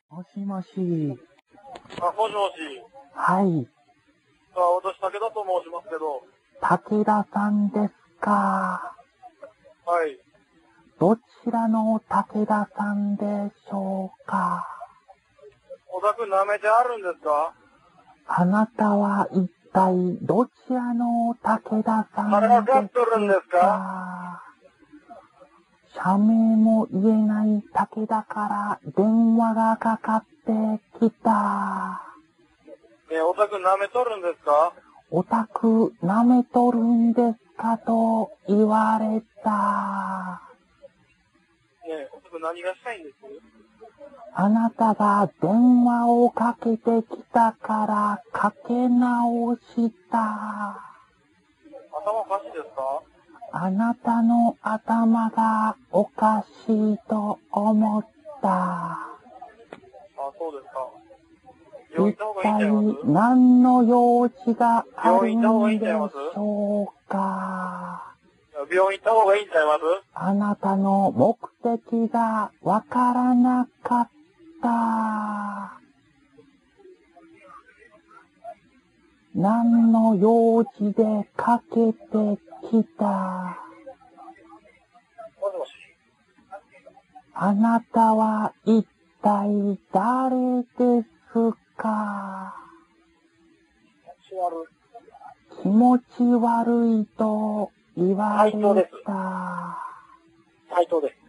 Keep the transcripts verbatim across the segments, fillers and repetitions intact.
もしもし。 あ、もしもし。 はい。 あ、私、武田と申しますけど。 武田さんですか。 はい。 どちらの武田さんでしょうか。 お宅なめてあるんですか？ あなたは一体どちらの武田さん腹ですか。 立っとるんですか？ 社名も言えない武田から電話がかかってきた。 え、お宅なめとるんですか？ お宅舐めとるんですかと言われた。 ねえ、お宅何がしたいんです？ あなたが電話をかけてきたからかけ直した。 頭おかしいですか？ あなたの頭がおかしいと思った。 あ、そうですか。病院一行った方がいいんちゃいます？ 体何の用事がある病院行った方がいいんでしんちゃいます？ ょうか。 病院行った方がいいんちゃいます？ あなたの目的がわからなかった。何の用事でかけてきた。 もしもし。 あなたは一体誰ですか。気持ち悪いと言われた。 斉藤です。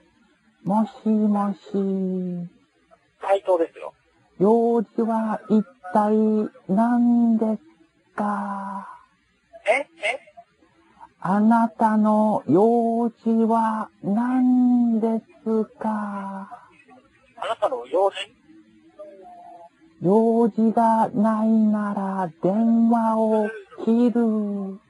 もしもし。 斉藤ですよ。 用事は一体何ですか。 ええあなたの用事は何ですか。 あなたの用事？ 用事がないなら電話を切る。も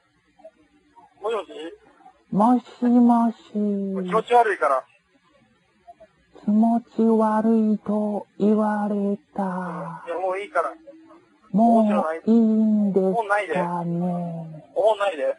もしもし？ しもし。 気持ち悪いから。 気持ち悪いと言われた。 いや、もういいから。 もういいんですもうないで。 かね。 もうないで。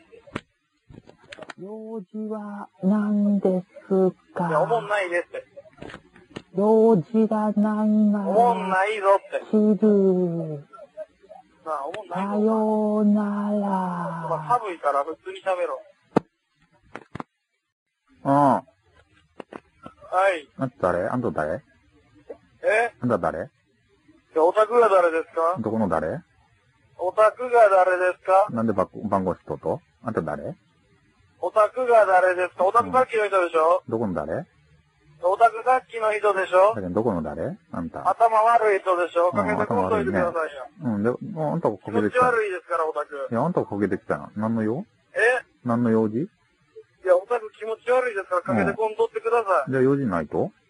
用事は何ですか。 いや、おもんないでって。 用事がないならおもんないぞって。 切る。 なあ、おもんないぞ。 さようなら。 寒いから普通に喋ろう。 ああ。 はい。 あんた誰？あんた誰？ え？ あんた誰？ お宅が誰ですか？ どこの誰？ お宅が誰ですか？ なんで番号知っとうと？あんた誰？ お宅が誰ですか？お宅楽器の人でしょ？ どこの誰？ お宅楽器の人でしょ？ だけどどこの誰？あんた。 頭悪い人でしょ？かけてこんといてくださいよ。 うん、で、あんたがかけてきた。 気持ち悪いですから、お宅。 いや、あんたがかけてきたの。何の用？ え？ 何の用事？ いや、お宅気持ち悪いですから、かけてこんとってください。 じゃあ用事ないと？